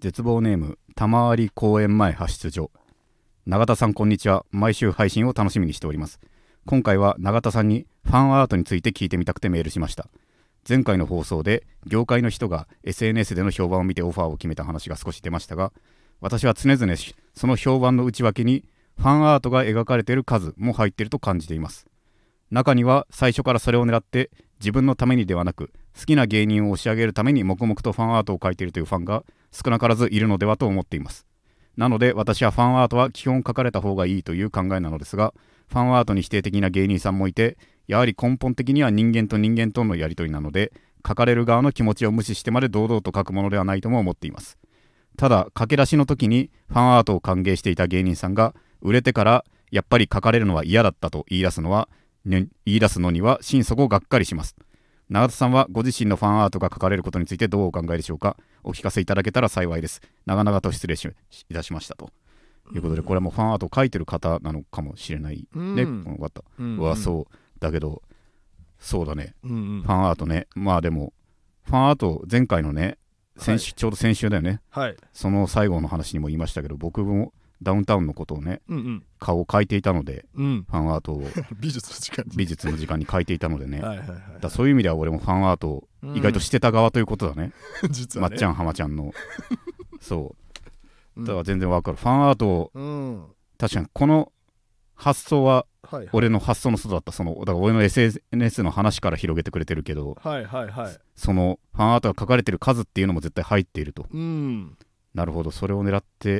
絶望ネーム玉有公園前派出所。永田さんこんにちは。毎週配信を楽しみにしております。今回は永田さんにファンアートについて聞いてみたくてメールしました。前回の放送で業界の人が SNS での評判を見てオファーを決めた話が少し出ましたが、私は常々その評判の内訳にファンアートが描かれている数も入っていると感じています。中には最初からそれを狙って自分のためにではなく好きな芸人を押し上げるために黙々とファンアートを描いているというファンが少なからずいるのではと思っています。なので私はファンアートは基本描かれた方がいいという考えなのですが、ファンアートに否定的な芸人さんもいて、やはり根本的には人間と人間とのやり取りなので、描かれる側の気持ちを無視してまで堂々と描くものではないとも思っています。ただ駆け出しの時にファンアートを歓迎していた芸人さんが売れてからやっぱり描かれるのは嫌だったと言い出すのには心底がっかりします。永田さんはご自身のファンアートが描かれることについてどうお考えでしょうか。お聞かせいただけたら幸いです。長々と失礼いたしましたということで、これはもうファンアートを描いてる方なのかもしれないね、この方は。そうだけど、そうだね、ファンアートね。まあでもファンアート前回のね、ちょうど先週だよね、その最後の話にも言いましたけど、僕もダウンタウンのことをね、顔を描いていたので、ファンアートを美術の時間に描いていたのでね、だそういう意味では俺もファンアートを意外としてた側ということだね、 実はね、 まっちゃん浜ちゃんのそうだから全然わかる、ファンアートを、確かにこの発想は俺の発想の外だった。だから俺の SNS の話から広げてくれてるけど、そのファンアートが書かれてる数っていうのも絶対入っていると、なるほど、それを狙って、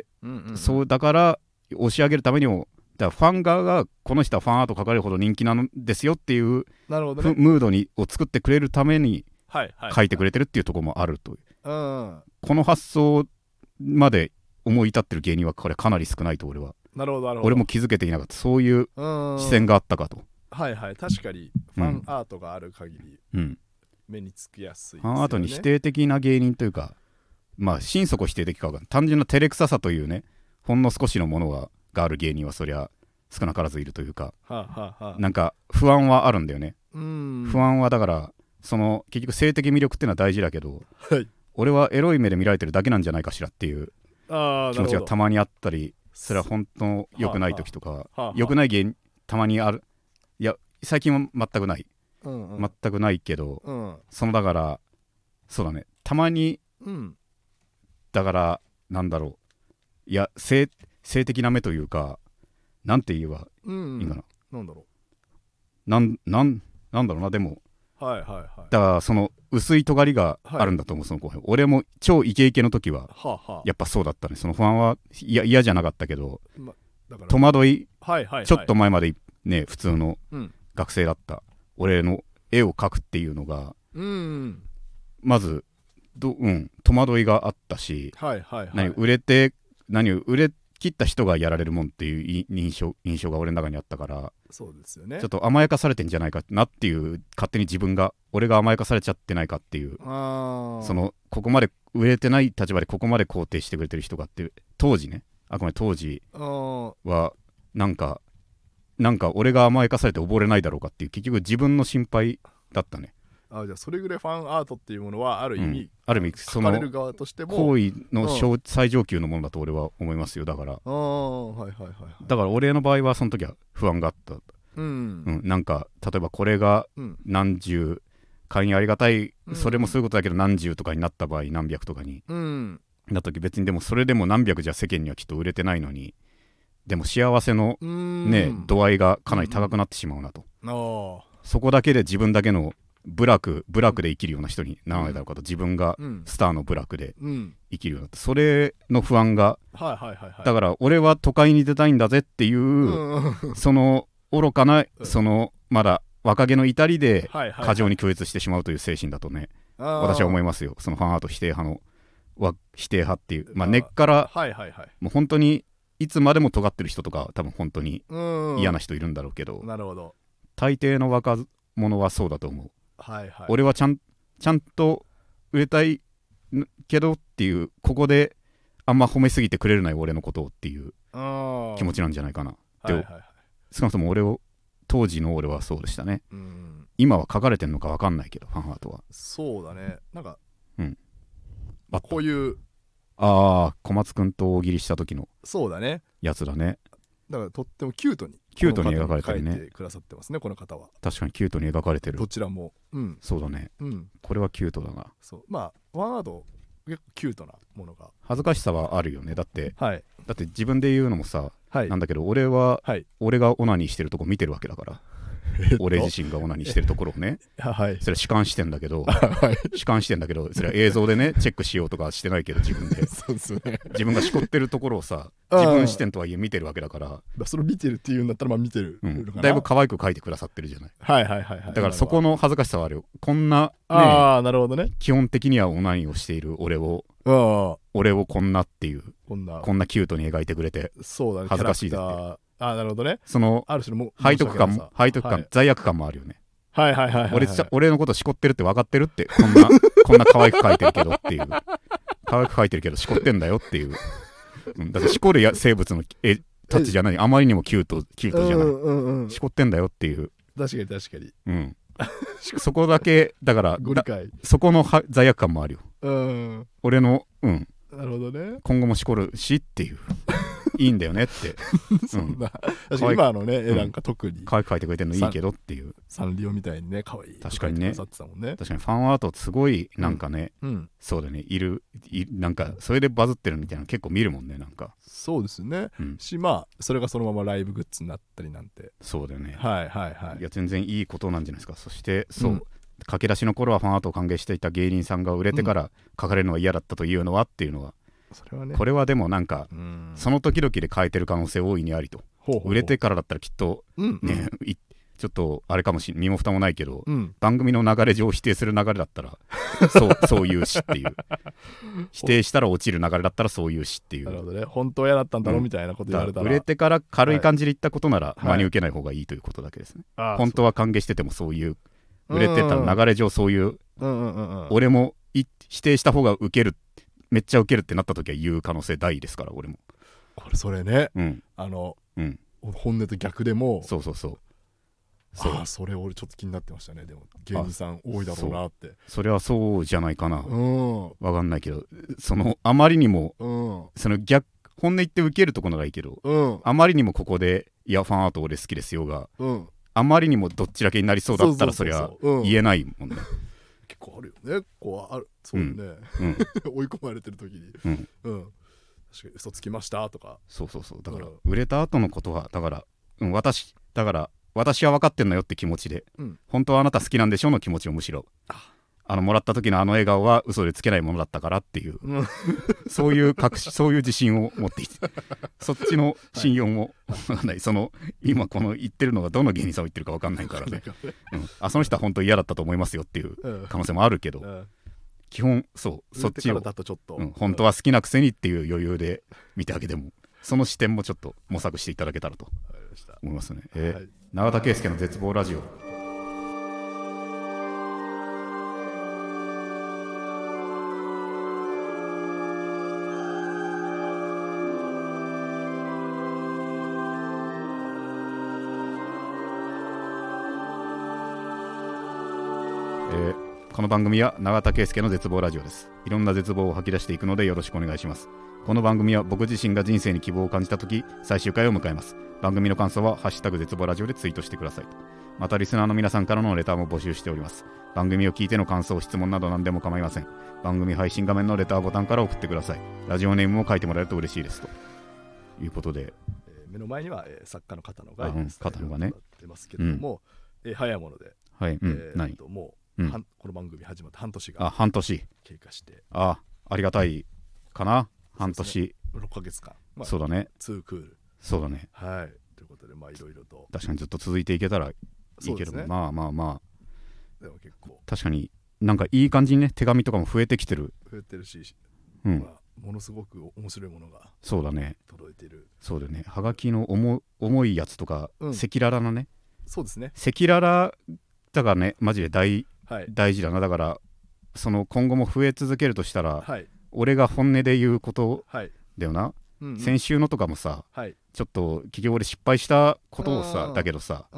そうだから押し上げるためにも、だからファン側がこの人はファンアート書かれるほど人気なんですよっていう、ムードを作ってくれるために書いてくれてるっていうところもあるという、この発想まで思い至ってる芸人はこれかなり少ないと俺は。 なるほど俺も気づけていなかった。そういう視線があったかと。 確かにファンアートがある限り、目につきやすいですよね。 ファンアートに否定的な芸人というか、まあ心底否定的かが単純な照れくささというね、ほんの少しのものがある芸人はそりゃ少なからずいるというか、なんか不安はあるんだよね。不安はだから結局性的魅力っていうのは大事だけど、俺はエロい目で見られてるだけなんじゃないかしらっていう気持ちがたまにあったり、それは本当良くない時とか、良くない芸人たまにある。いや最近は全くない、全くないけど、だからそうだね、たまに、だからなんだろう、いや性的な目というか、なんて言えばいいかな、なんだろうな、でもだから薄い尖りがあるんだと思う、その後輩。俺も超イケイケの時はやっぱそうだったね。その不安は嫌じゃなかったけど、戸惑い、ちょっと前までね普通の学生だった俺の絵を描くっていうのが、まず戸惑いがあったし、売れ切った人がやられるもんっていう印象が俺の中にあったから、 そうですよね、 ちょっと甘やかされてんじゃないかなっていう、勝手に俺が甘やかされちゃってないかっていう、ここまで売れてない立場でここまで肯定してくれてる人がっていう、当時はなんか俺が甘やかされて溺れないだろうかっていう、結局自分の心配だったね。 じゃあそれぐらいファンアートっていうものはある意味、 その行為の最上級のものだと俺は思いますよ。だからだから俺の場合はその時は不安があった、なんか例えばこれが何十、会員ありがたい、それもそういうことだけど何十とかになった場合、何百とかになった時、別にでもそれでも何百じゃ世間にはきっと売れてないのに、でも幸せのね度合いがかなり高くなってしまうなと、そこだけで自分だけの部落で生きるような人にならないだろうかと、自分がスターの部落で生きるようになって、それの不安が、だから俺は都会に出たいんだぜっていう、その愚かなまだ若気の至りで過剰に拒絶してしまうという精神だとね、私は思いますよ。そのファンアート否定派っていう、根っからもう本当にいつまでも尖ってる人とか多分本当に嫌な人いるんだろうけど、大抵の若者はそうだと思う。俺はちゃんと売れたいけどっていう、ここであんま褒めすぎてくれるない俺のことをっていう気持ちなんじゃないかなって、少なくとも当時の俺はそうでしたね。今は書かれてんのか分かんないけど、ファンアートは。 そうだね、なんか、こういうああ、小松くんと大喜利した時のそうだね。 やつだね。 だからとってもキュートに描かれてるね。 描いてくださってますね、この方は。 確かにキュートに描かれてる。 どちらも。 そうだね。これはキュートだな。 そう、まあワンワード結構キュートなものが。 恥ずかしさはあるよね。だって、 はい、 だって自分で言うのもさ、なんだけど俺がオナニーしてるとこ見てるわけだから。俺自身がオナニーしてるところをね、それは主観視点だけど、それは映像でねチェックしようとかしてないけど、自分でそうですね、 自分がしこってるところをさ、自分視点とはいえ見てるわけだから、 それ見てるっていうんだったらまあ見てる、 だいぶ可愛く描いてくださってるじゃない。だからそこの恥ずかしさはあるよ。こんな、 なるほどね。 基本的にはオナニーをしている俺をこんなっていう、こんなキュートに描いてくれて、 そうだね、 恥ずかしいですね。 なるほどね。 そのある種の背徳感、罪悪感もあるよね。俺のことしこってるって分かってるって、こんな可愛く描いてるけどっていう、可愛く描いてるけどしこってんだよっていう、だってしこる生物のタッチじゃない、あまりにもキュートじゃない、しこってんだよっていう。 確かにそこだけだからご理解、 そこの罪悪感もあるよ。俺のなるほどね。 今後もしこるしっていういいんだよねってそんな、確かに今のね絵なんか特に可愛く描いてくれてるのいいけどっていう、 サンリオみたいにね可愛い確かにね、 確かにファンアートすごいなんかね、そうだね、なんかそれでバズってるみたいなの結構見るもんね。なんかそうですね、まあそれがそのままライブグッズになったりなんて。 そうだよね。 いや全然いいことなんじゃないですか。そして駆け出しの頃はファンアートを歓迎していた芸人さんが売れてから書かれるのは嫌だったというのはっていうのは、これはでもなんかその時々で変えてる可能性大いにありと。売れてからだったらきっとね、ちょっとあれかもしれない、身も蓋もないけど、番組の流れ上否定する流れだったらそういうしっていう、否定したら落ちる流れだったらそういうしっていう。 なるほどね。本当は嫌だったんだろうみたいなこと言われたら、 売れてから軽い感じで言ったことなら真に受けない方がいいということだけですね。本当は歓迎しててもそういう、売れてたら流れ上そういう、俺も否定した方が受ける、めっちゃ受けるってなった時は言う可能性大ですから。俺もこれそれね、本音と逆でもそれ俺ちょっと気になってましたね。でも芸人さん多いだろうなって。 それはそうじゃないかな、わかんないけど、あまりにも、その逆、本音言って受けるところがいいけど、あまりにもここでいやファンアート俺好きですよが、あまりにもどっちだけになりそうだったらそりゃ言えないもんね。 結構あるよね。こうある、そうね、追い込まれてる時に、確かに嘘つきましたとか。 そうだから売れた後のことはだから、私は分かってんのよって気持ちで、本当はあなた好きなんでしょの気持ちをむしろ、もらった時の笑顔は嘘でつけないものだったからっていう、そういう自信を持っていて、そっちの信用も分かんない。今この言ってるのがどの芸人さんを言ってるか分かんないからね、その人は本当嫌だったと思いますよっていう可能性もあるけど、基本そっちを本当は好きなくせにっていう余裕で見てあげても、その視点もちょっと模索していただけたらと思いますね。永田圭介の絶望ラジオ。この番組は永田圭介の絶望ラジオです。いろんな絶望を吐き出していくのでよろしくお願いします。この番組は僕自身が人生に希望を感じたとき最終回を迎えます。番組の感想はハッシュタグ絶望ラジオでツイートしてください。またリスナーの皆さんからのレターも募集しております。番組を聞いての感想、質問など何でも構いません。番組配信画面のレターボタンから送ってください。ラジオネームを書いてもらえると嬉しいですということで、 目の前には、作家の方のがね出ますけれども、早いもので、もう、この番組始まって半年が経過して、 ありがたいかな。半年、 6ヶ月間、 そうだね、 2クール、 そうだね、 ということで、いろいろと確かにずっと続いていけたらいいけど、まあでも結構確かになんかいい感じにね、手紙とかも増えてきてるし、ものすごく面白いものがそうだね届いてる。 そうだよね。はがきの重いやつとか、赤裸々なね、 そうですね、 赤裸々だからね、マジで大事だな。だから今後も増え続けるとしたら、俺が本音で言うことだよな。先週のとかもさ、ちょっと結局俺失敗したことをさ、だけどさ、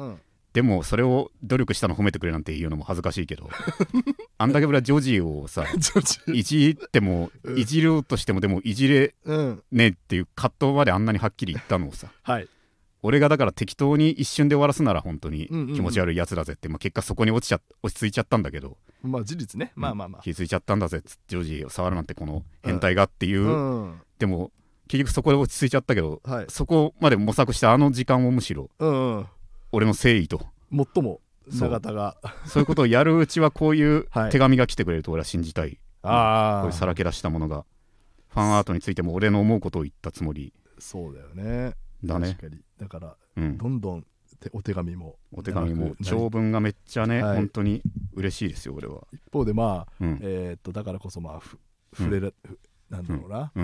でもそれを努力したの褒めてくれなんて言うのも恥ずかしいけどあんだけ俺はジョジをさいじってもいじろうとしてもでもいじれねえっていう葛藤まであんなにはっきり言ったのをさ、 はい、 俺がだから適当に一瞬で終わらすなら本当に気持ち悪いやつだぜって、まあ、結果そこに落ち着いちゃったんだけど、 まあ事実ね、まあまあまあ気づいちゃったんだぜっつってジョージを触るなんてこの変態がっていう、でも結局そこで落ち着いちゃったけど、はい、そこまで模索したあの時間をむしろ、俺の誠意と最も永田がそういうことをやるうちはこういう手紙が来てくれると俺は信じたい、こういうさらけ出したものがファンアートについても俺の思うことを言ったつもり。 そうだよね。 だね。 確かにだから、どんどんお手紙も長文がめっちゃね、本当に嬉しいですよ俺は。 一方でまあ、だからこそまあ触れる、なんだろうな、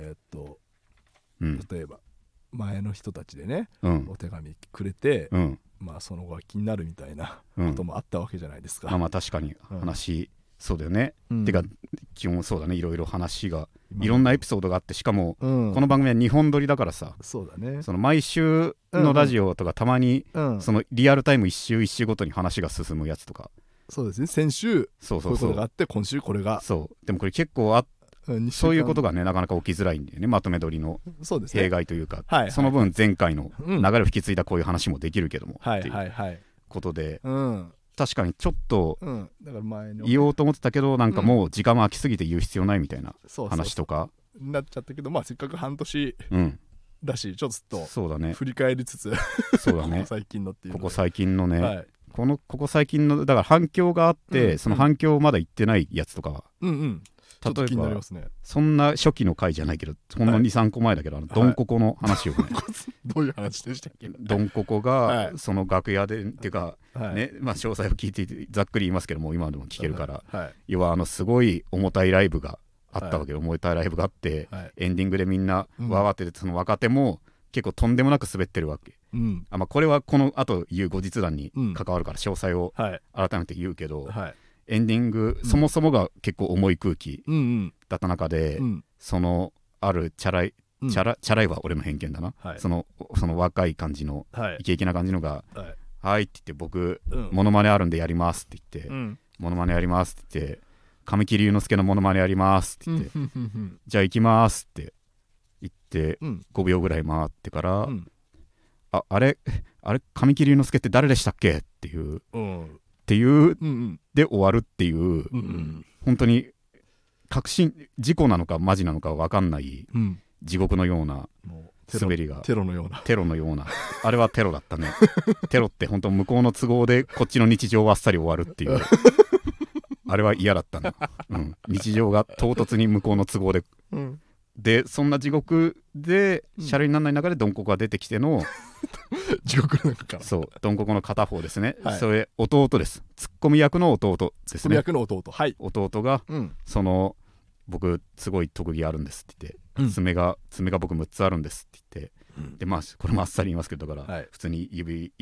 例えば前の人たちでね、お手紙くれて、まあその後は気になるみたいなこともあったわけじゃないですか。 まあ確かに話、そうだよね、てか基本そうだね、いろいろ話がいろんなエピソードがあって、しかも、この番組は2本撮りだからさ、 そうだね、 その毎週のラジオとかたまに、そのリアルタイム1週1週ごとに話が進むやつとか、 そうですね、先週こういうことがあって今週これが、 そうでもこれ結構そういうことがねなかなか起きづらいんだよね、まとめ撮りの弊害というか、その分前回の流れを引き継いだこういう話もできるけどもっていうことで、確かにちょっと言おうと思ってたけど、なんかもう時間も空きすぎて言う必要ないみたいな話とかなっちゃったけど、まあせっかく半年だし、ちょっとそうだね、 振り返りつつ、 そうだね、 ここ最近のっていう、 ここ最近のね、ここ最近のだから反響があって、その反響まだ言ってないやつとかは、例えばそんな初期の回じゃないけど、ほんの 2,3 個前だけど、ドンココの話をね、 どういう話でしたっけ。 ドンココがその楽屋でっていうかね、まあ詳細を聞いてざっくり言いますけども、今でも聞けるから、要はすごい重たいライブがあったわけよ、重たいライブがあって、エンディングでみんなわわってて、その若手も結構とんでもなく滑ってるわけ、まあこれはこの後言う後日談に関わるから詳細を改めて言うけど、エンディング、そもそもが結構重い空気だった中で、そのあるチャラいは俺の偏見だな、その若い感じの、イケイケな感じのが、はいって言って、僕、モノマネあるんでやりますって言って、モノマネやりますって言って、神木隆之介のモノマネやりますって言って、じゃあ行きますって言って、5秒ぐらい回ってから、あれ神木隆之介って誰でしたっけっていうで終わるっていう、本当に事故なのかマジなのか分かんない地獄のような滑りが、 テロのようなあれはテロだったねテロって本当向こうの都合でこっちの日常はあっさり終わるっていうあれは嫌だったな、日常が唐突に向こうの都合で、でそんな地獄でシャレにならない中でドンココが出てきての地獄の中から、 そうドンココの片方ですね、それ弟です、ツッコミ役の弟ですね、ツッコミ役の弟、 弟が、その僕すごい特技あるんですって言って、爪が僕6つあるんですって言って、でまあこれもあっさり言いますけど、だから、普通に指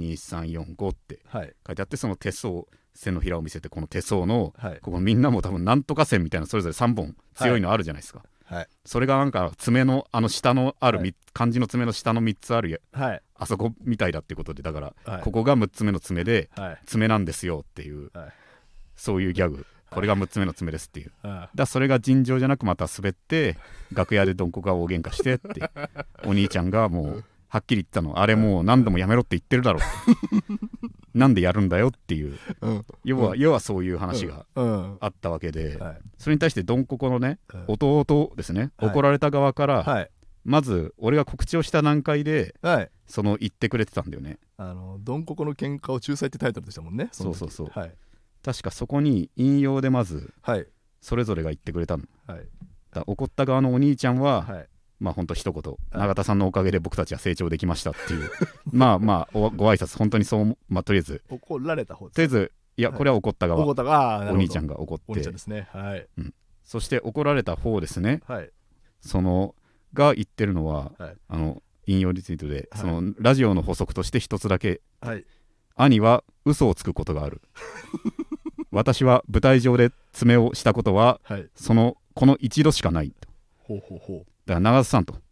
12345って書いてあって、その手相線のひらを見せて、この手相の、ここみんなも多分なんとか線みたいなそれぞれ3本強いのあるじゃないですか、それがなんか爪の下のある、漢字の爪の下の3つある、あそこみたいだってことで、だから、ここが6つ目の爪で、爪なんですよっていう、そういうギャグ、これが6つ目の爪ですっていう、だそれが尋常じゃなくまた滑って楽屋でドンココが大喧嘩してってお兄ちゃんがもうはっきり言ったの、あれもう何度もやめろって言ってるだろなんでやるんだよっていう、要はそういう話があったわけで、それに対してドンココのね、弟ですね、怒られた側から、まず俺が告知をした段階で、その言ってくれてたんだよね、 ドンココの喧嘩を仲裁ってタイトルでしたもんね。 そう、確かそこに引用でまずそれぞれが言ってくれたの、だ怒った側のお兄ちゃんは、まあほんと一言、永田さんのおかげで僕たちは成長できましたっていうまあご挨拶、本当にそう、まあとりあえず怒られた方です、 とりあえずいやこれは怒った側、お兄ちゃんが怒って、 お兄ちゃんですね、 そして怒られた方ですね、そのが言ってるのは、引用リツイートで、そのラジオの補足として一つだけ、兄は嘘をつくことがある私は舞台上で爪をしたことは、この一度しかないと。だから永田さんと、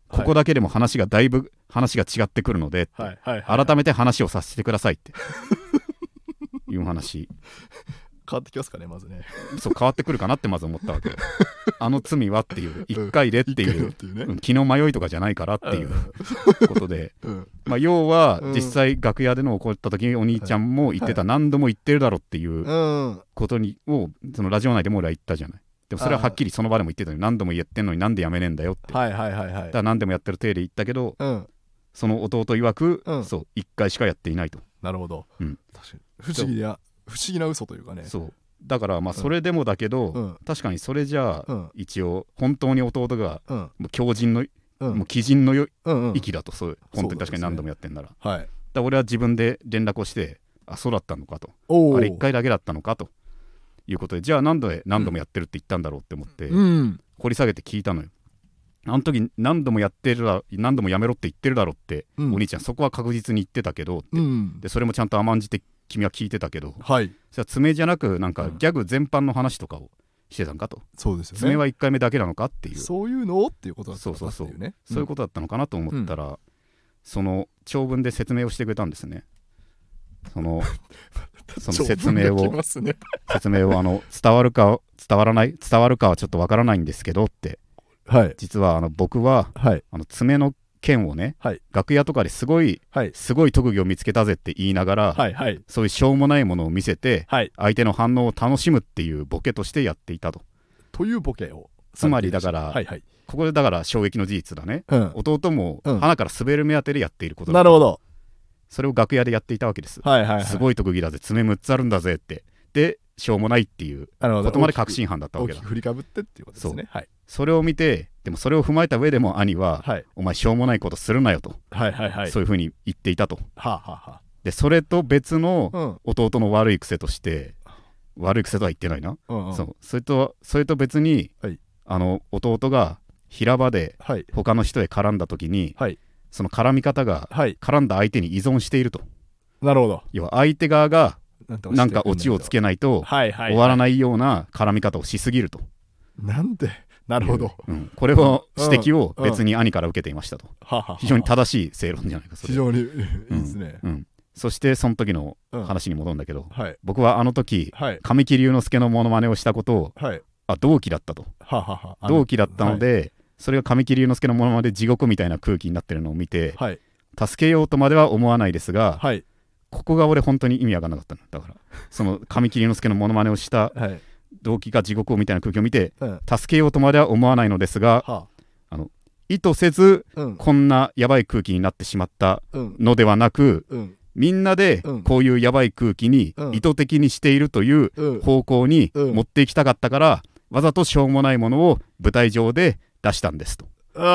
ここだけでも話がだいぶ話が違ってくるので、改めて話をさせてくださいっていう話。 変わってきますかね、まずね。 そう変わってくるかなってまず思ったわけよ。罪はっていう1回でっていう、気の迷いとかじゃないからっていうことで、まあ、要は実際楽屋での起こった時にお兄ちゃんも言ってた、何度も言ってるだろっていうことをそのラジオ内でも俺は言ったじゃない。でもそれははっきりその場でも言ってたのに、何度も言ってんのになんでやめねえんだよって、だから何でもやってる体で言ったけど、その弟曰く、そう1回しかやっていないと。 なるほど、確かに不思議な嘘というかね。 そうだからまあそれでもだけど、確かにそれじゃあ、一応本当に弟が、もう狂人の、もう鬼人の域だと、そう本当に確かに何度もやってんなら、だから俺は自分で連絡をして、あそうだったのかと、あれ1回だけだったのかということで、じゃあ何度もやってるって言ったんだろうって思って、掘り下げて聞いたのよ。あの時何度もやってるだ何度もやめろって言ってるだろって、お兄ちゃんそこは確実に言ってたけどって、でそれもちゃんと甘んじて君は聞いてたけど、それは爪じゃなくなんかギャグ全般の話とかをしてたんかと。 そうですよね。 爪は1回目だけなのかっていう、 そういうのっていうことだったのかっていうね。 そういうことだったのかなと思ったら、その長文で説明をしてくれたんですね。その説明を伝わるか伝わらない、伝わるかはちょっとわからないんですけどって、実は僕は、爪の剣をね、楽屋とかですごい特技を見つけたぜって言いながら、そういうしょうもないものを見せて、相手の反応を楽しむっていうボケとしてやっていたというボケを、 つまりだから、ここでだから衝撃の事実だね、弟も鼻から滑る目当てでやっていることだ。 なるほど。 それを楽屋でやっていたわけです。すごい特技だぜ、爪6つあるんだぜって、でしょうもないっていうことまで確信犯だったわけだ。 大きく振りかぶってっていうことですね。 それを見て、でもそれを踏まえた上でも兄は、お前しょうもないことするなよと、そういうふうに言っていたと。でそれと別の弟の悪い癖として、悪い癖とは言ってないな、それと別に、弟が平場で他の人へ絡んだ時に、その絡み方が絡んだ相手に依存していると。 なるほど。 要は相手側がなんかオチをつけないと終わらないような絡み方をしすぎると。 なんで。なるほど、 これを指摘を別に兄から受けていましたと。非常に正しい正論じゃないか。 非常にいいですね。 そしてその時の話に戻るんだけど、僕はあの時、神木隆之介のモノマネをしたことを、同期だったと。同期だったので、それが神木隆之介のモノマネで地獄みたいな空気になってるのを見て、助けようとまでは思わないですが、ここが俺本当に意味わかんなかったの。だからその神木隆之介のモノマネをした同期が地獄みたいな空気を見て、助けようとまでは思わないのですが、意図せず、こんなやばい空気になってしまったのではなく、みんなでこういうやばい空気に意図的にしているという方向に持っていきたかったから、わざとしょうもないものを舞台上で出したんですと。ちょ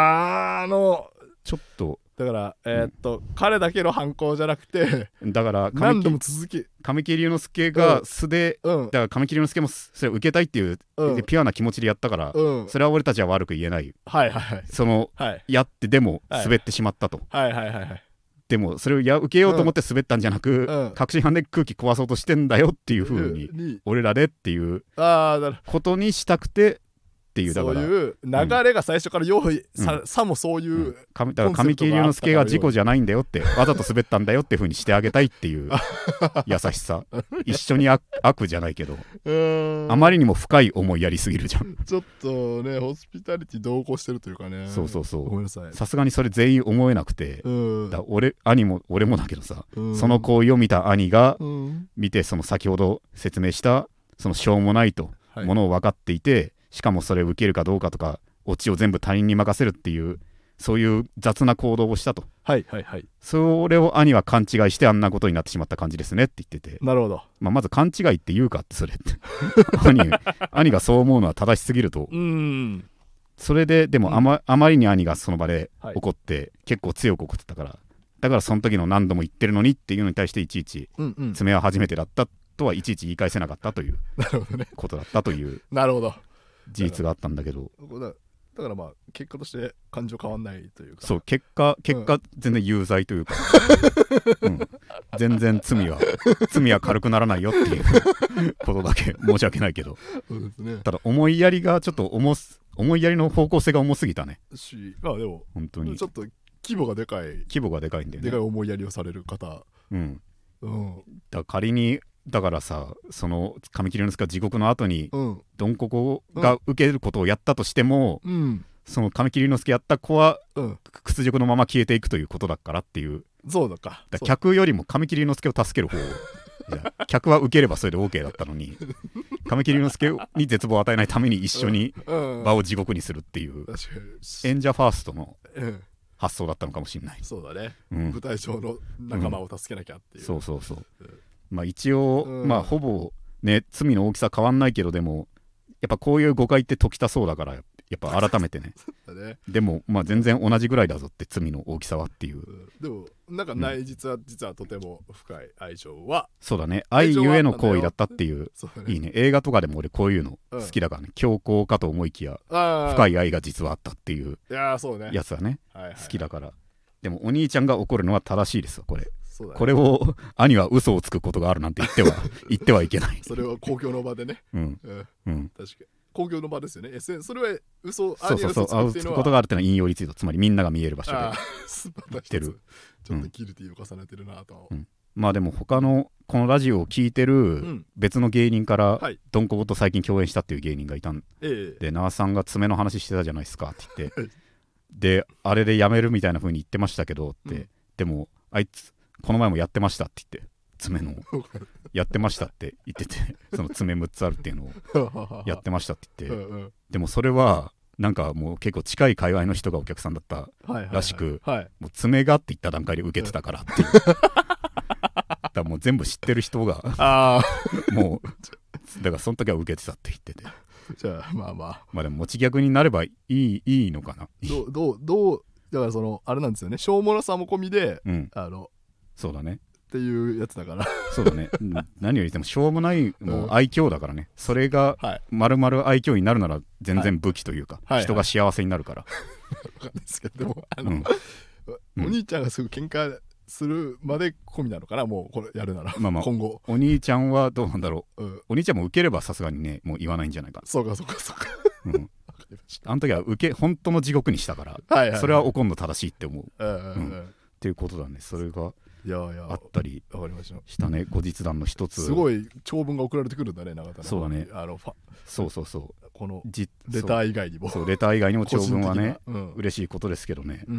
っとだから彼だけの犯行じゃなくて、 だから何度も続き神木隆之介が素で、だから神木隆之介もそれを受けたいっていう、ピュアな気持ちでやったから、それは俺たちは悪く言えない。その、やってでも滑ってしまったと。でもそれを受けようと思って滑ったんじゃなく、確信犯で空気壊そうとしてんだよっていう風に、俺らでっていうことにしたくてっていう、だからそういう流れが最初から用意さもそういう、 だから神木隆之介が事故じゃないんだよって、わざと滑ったんだよっていう風にしてあげたいっていう優しさ一緒に悪じゃないけど、あまりにも深い思いやりすぎるじゃん。 ちょっとね、ホスピタリティ同行してるというかね。 そうごめんなさい。 さすがにそれ全員思えなくて、だ兄も俺もだけどさ、その行為を見た兄が見て、その先ほど説明したそのしょうもないとものを分かっていて、しかもそれを受けるかどうかとかオチを全部他人に任せるっていう、そういう雑な行動をしたと。それを兄は勘違いしてあんなことになってしまった感じですねって言ってて。 なるほど。 まず勘違いって言うかってそれって兄がそう思うのは正しすぎると。それででもあまりに兄がその場で怒って、結構強く怒ってたから、だからその時の何度も言ってるのにっていうのに対していちいち爪は初めてだったとはいちいち言い返せなかったということだったという事実があったんだけど、 だからまあ結果として感情変わんないというか、 そう結果全然有罪というか、全然罪は軽くならないよっていうことだけ申し訳ないけど、ただ思いやりがちょっと重思いやりの方向性が重すぎたね。 まあでも本当にちょっと規模がでかいんだよね。でかい思いやりをされる方。 だから仮にだからさ、その紙切りの助は地獄の後にドンココが受けることをやったとしても、その紙切りの助やった子は屈辱のまま消えていくということだからっていう。 そうだか。 客よりも紙切りの助を助ける方客は受ければそれで OK だったのに紙切りの助に絶望を与えないために一緒に場を地獄にするっていう演者ファーストの発想だったのかもしれない。 そうだね、舞台上の仲間を助けなきゃっていう、 そうそうそう、まあ一応、まあほぼね罪の大きさ変わんないけど、でもやっぱこういう誤解って解きたそうだから、やっぱ改めてねでもまあ全然同じぐらいだぞって、罪の大きさはっていう、 でもなんか実はとても深い愛情は、 そうだね、愛ゆえの行為だったっていう、いいね、映画とかでも俺こういうの好きだからね、強行かと思いきや深い愛が実はあったっていうやつはね好きだから。でもお兄ちゃんが怒るのは正しいですよ、これ。これを兄は嘘をつくことがあるなんて言ってはいけない。 それは公共の場でね。確かに公共の場ですよね。それは嘘つくことがあるっていうのは引用リツイート、つまりみんなが見える場所でしてる。 ちょっとギルティを重ねてるなと。 まあでも他のこのラジオを聞いてる別の芸人からドンココと最近共演したっていう芸人がいたんで、那覇さんが爪の話してたじゃないですかって言ってであれでやめるみたいな風に言ってましたけどって、でもあいつこの前もやってましたって言って、爪のやってましたって言ってて、その爪6つあるっていうのをやってましたって言ってでもそれはなんかもう結構近い界隈の人がお客さんだったらしく、もう爪がって言った段階で受けてたからっていうだからもう全部知ってる人がもうだからその時は受けてたって言ってて、 じゃあまあでも持ち逆になればいいのかな。 どうだからそのあれなんですよね、しょうもなさも込みで、 そうだねっていうやつだからそうだね何よりでもしょうもないもう愛嬌だからね、それがまるまる愛嬌になるなら全然武器というか、人が幸せになるからですけど、でもお兄ちゃんがすぐ喧嘩するまで込みなのかな、もうこれやるなら今後お兄ちゃんはどうなんだろう、お兄ちゃんも受ければさすがにねもう言わないんじゃないかな。 そうかあの時は本当の地獄にしたから、それは怒んの正しいって思うっていうことだね。それがあったりしたね。後日談の一つ、 すごい長文が送られてくるんだね、永田。 そうだね、そうこのレター以外にも、 レター以外にも長文はね嬉しいことですけどね。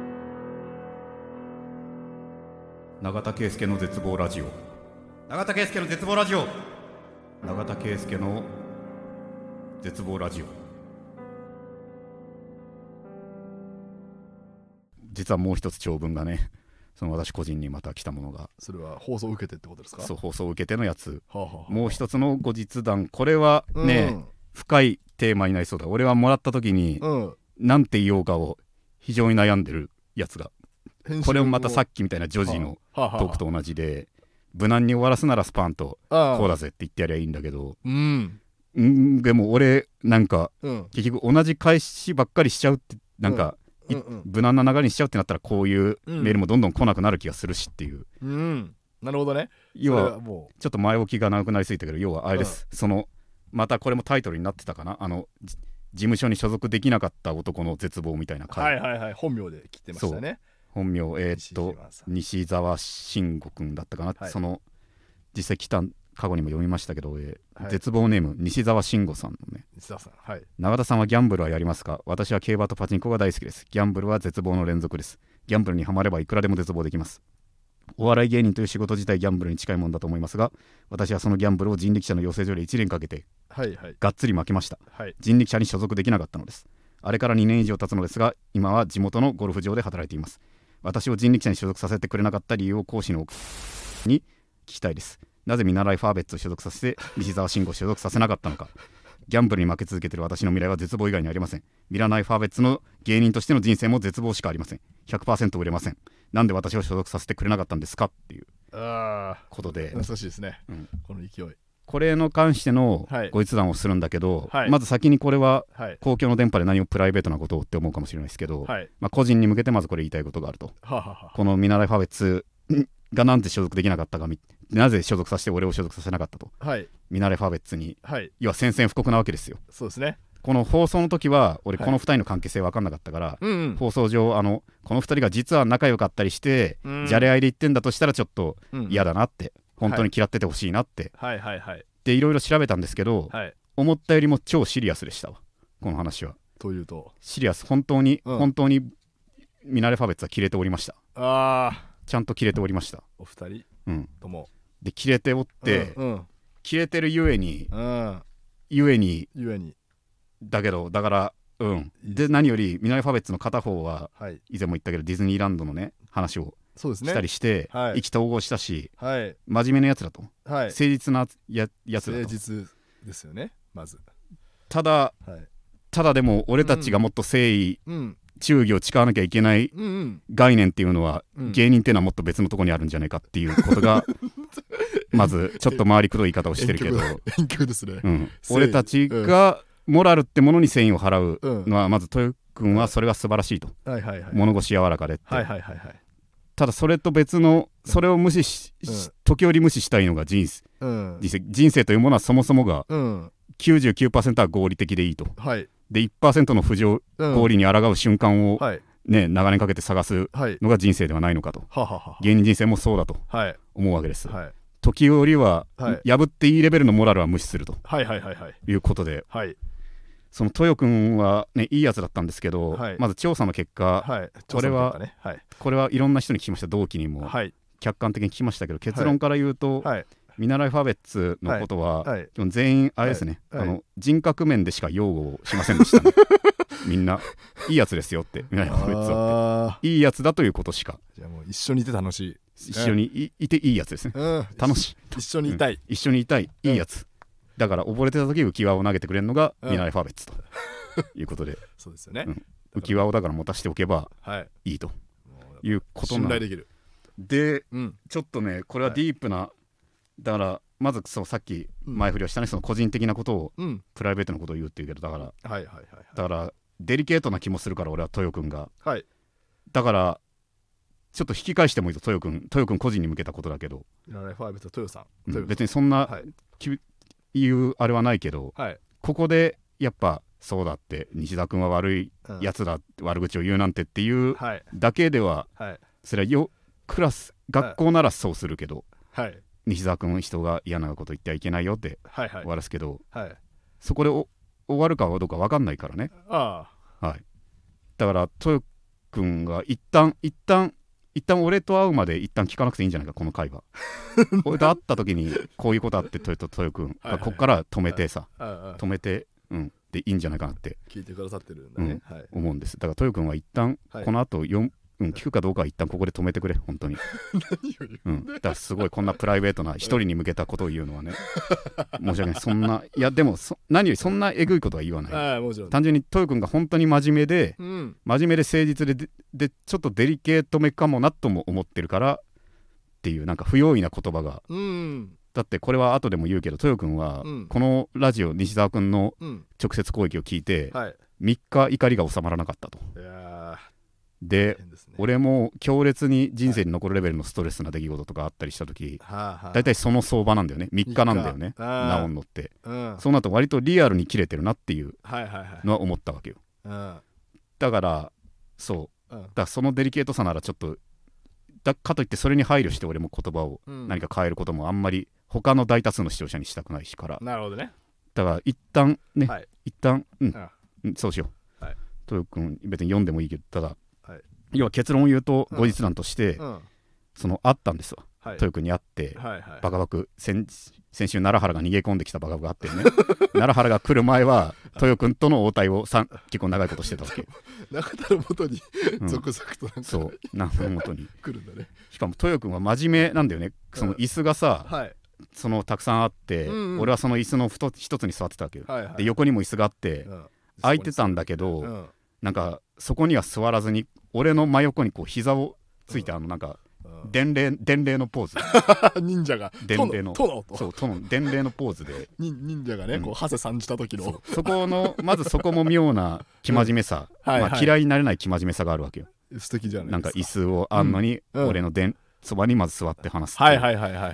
永田圭介の絶望ラジオ、永田圭介の絶望ラジオ、永田圭介の絶望ラジオ。実はもう一つ長文がね、その私個人にまた来たものが、 それは放送を受けてってことですか？ そう、放送を受けてのやつ、もう一つの後日談。これはね、深いテーマになりそうだ。俺はもらった時になんて言おうかを非常に悩んでるやつが、これもまたさっきみたいなジョジのトークと同じで、無難に終わらすならスパンとこうだぜって言ってやりゃいいんだけど、でも俺なんか結局同じ返しばっかりしちゃうって、なんか無難な流れにしちゃうってなったら、こういうメールもどんどん来なくなる気がするしっていう。 なるほどね。 要はちょっと前置きが長くなりすぎたけど、要はあれです、そのまたこれもタイトルになってたかな、事務所に所属できなかった男の絶望みたいな回。 本名で切ってましたね。 本名西澤慎吾くんだったかな、その実際来た過去にも読みましたけど、絶望ネーム西澤慎吾さんのね、永田さんはギャンブルはやりますか？私は競馬とパチンコが大好きです。ギャンブルは絶望の連続です。ギャンブルにはまればいくらでも絶望できます。お笑い芸人という仕事自体ギャンブルに近いものだと思いますが、私はそのギャンブルを人力車の養成所で1年かけてがっつり負けました。人力車に所属できなかったのです。あれから2年以上経つのですが、今は地元のゴルフ場で働いています。私を人力車に所属させてくれなかった理由を講師のに聞きたいです。なぜ見習いファーベッツを所属させて西澤慎吾を所属させなかったのか。ギャンブルに負け続けている私の未来は絶望以外にありません。見習いファーベッツの芸人としての人生も絶望しかありません。 100% 売れません。なんで私を所属させてくれなかったんですかっていうことで、 懐かしいですね、この勢い。 これの関してのご筆談をするんだけど、まず先にこれは公共の電波で何もプライベートなことをって思うかもしれないですけど、個人に向けてまずこれ言いたいことがあると。この見習いファーベッツがなんで所属できなかったか、なぜ所属させて俺を所属させなかったと、見習いファーベッツに、要は宣戦布告なわけですよ。 そうですね。 この放送の時は俺はいこの2人の関係性分かんなかったから、 うんうん放送上この2人が実は仲良かったりして、 うんじゃれ合いで言ってんだとしたらちょっとうん嫌だなって、本当に嫌っててほしいなってはいはいはいでいろいろ調べたんですけど、 はい思ったよりも超シリアスでしたわこの話は。 というとシリアス、本当に、 うん本当にミナレファベッツは切れておりました。 あちゃんと切れておりました。 お二人うんともで切れておって、 うん切れてるゆえにうんゆえにゆえにだけどだからで何よりミナレファベッツの片方ははい以前も言ったけどディズニーランドのね話をそうですねしたりして、 はい意気投合したしはい真面目なやつだと、 はい誠実なやつだと。 誠実ですよねまずただはいただでも俺たちがもっと誠意、 うん忠義を誓わなきゃいけないうんうん概念っていうのは、 うん芸人っていうのはもっと別のところにあるんじゃないかっていうことがまずちょっと回りくどい言い方をしてるけど、 遠距ですね俺たちがモラルってものに誠意を払ううんのはまず豊君はそれが素晴らしいと、 はいはいはい物腰柔らかでって、 はいはいはいはいただそれと別のそれを無視し、時折無視したいのが人生というものはそもそもがうん 99% は合理的でいいと。 はいで 1% の不条合理に抗う瞬間を、 はいね、長年かけて探すはいのが人生ではないのかと。 ははは芸人人生もそうだとはい思うわけです。 はい時折は、 はい破っていいレベルのモラルは無視するとはいはいはいはいいうことで、 はいその豊君はねいいやつだったんですけど、 はいまず調査の結果、 はいこれは調査の結果ねはいこれはいろんな人に聞きました。同期にもはい客観的に聞きましたけど、結論から言うと、 はいミナライファベッツのことは、 はい基本全員あれですね、 はいはい人格面でしか擁護をしませんでしたねみんないいやつですよってミナライファベッツはっていいやつだということしか、 じゃあもう一緒にいて楽しい一緒にいていいやつですね。楽しい一緒にいたい一緒にいたいいいやつだから溺れてた時浮き輪を投げてくれるのがミナライファベッツということで、 そうですよね浮き輪をだから持たせておけばはいいいということ信なん頼できるで、 うんちょっとねこれはディープな、だからまずそうさっき前振りをしたね、その個人的なことをうんプライベートなことを言うっていうけど、だからはいはいはいだからデリケートな気もするから俺は豊君がはいだからちょっと引き返してもいいと豊君個人に向けたことだけど、 ミナライファイブと豊さん別にそんなはいいうあれはないけど、 はいここでやっぱそうだって西田君は悪いやつだ、悪口を言うなんてっていうはいだけでは、 はいそれはクラス学校ならそうするけど、 はい西澤君人が嫌なこと言ってはいけないよってはいはい終わらすけど、 はいそこで終わるかどうか分かんないからね。 あはいだから豊君が一旦俺と会うまで一旦聞かなくていいんじゃないかこの会話俺と会った時にこういうことあって豊君はいはいこっから止めてさ、 あ止めてでいいんじゃないかなって聞いてくださってるんだねはい思うんです。だから豊君は一旦はいこの後聞くかどうかは一旦ここで止めてくれ本当に何を言うだからすごいこんなプライベートな一人に向けたことを言うのはね申し訳ない。そんないやでも何よりそんなえぐいことは言わない。 ああもちろん単純に豊君が本当に真面目でうん誠実でちょっとデリケートめかもなとも思ってるからっていうなんか不用意な言葉がうんだってこれは後でも言うけど豊君はこのラジオ西澤君のうん直接攻撃を聞いてはい 3日怒りが収まらなかったと。 いやでー変ですね俺も強烈に人生に残るレベルのストレスな出来事とかあったりした時はあはあだいたいその相場なんだよね。3日なんだよねあー治んのって。 うんそうなると割とリアルに切れてるなっていうはいはいはいのは思ったわけよ。 うんだからそううんだからそのデリケートさならちょっとかといってそれに配慮して俺も言葉を何か変えることもあんまり他の大多数の視聴者にしたくないしから、 なるほどねだから一旦ね、 はい一旦あそうしよう。 はい豊君別に読んでもいいけどただ、 はい要は結論を言うとうん後日談として、 うんその会ったんですわ。 はい豊君に会って、 はいはいバカバク先週奈良原が逃げ込んできたバカバクがあってね奈良原が来る前は豊君との応対を結構長いことしてたわけ。 中田の元にうん続々となんかそう中野元に来るんだねしかも豊君は真面目なんだよね。その椅子がさ、 はいそのたくさんあって、 うんうん俺はその椅子の一つに座ってたわけよ。 はいはいで横にも椅子があって、 うん空いてたんだけど、 うんなんかそこには座らずに俺の真横にこう膝をついてなんかうん伝令のポーズ忍者が伝令の殿とそう伝令のポーズで忍者がねこう長谷さんじた時のそこのまずそこも妙な生真面目さ、 はいはい嫌いになれない生真面目さがあるわけよ。 素敵じゃないですかなんか椅子をあんのに、 うん俺のそばにまず座って話すっていうはいはいはいはいはい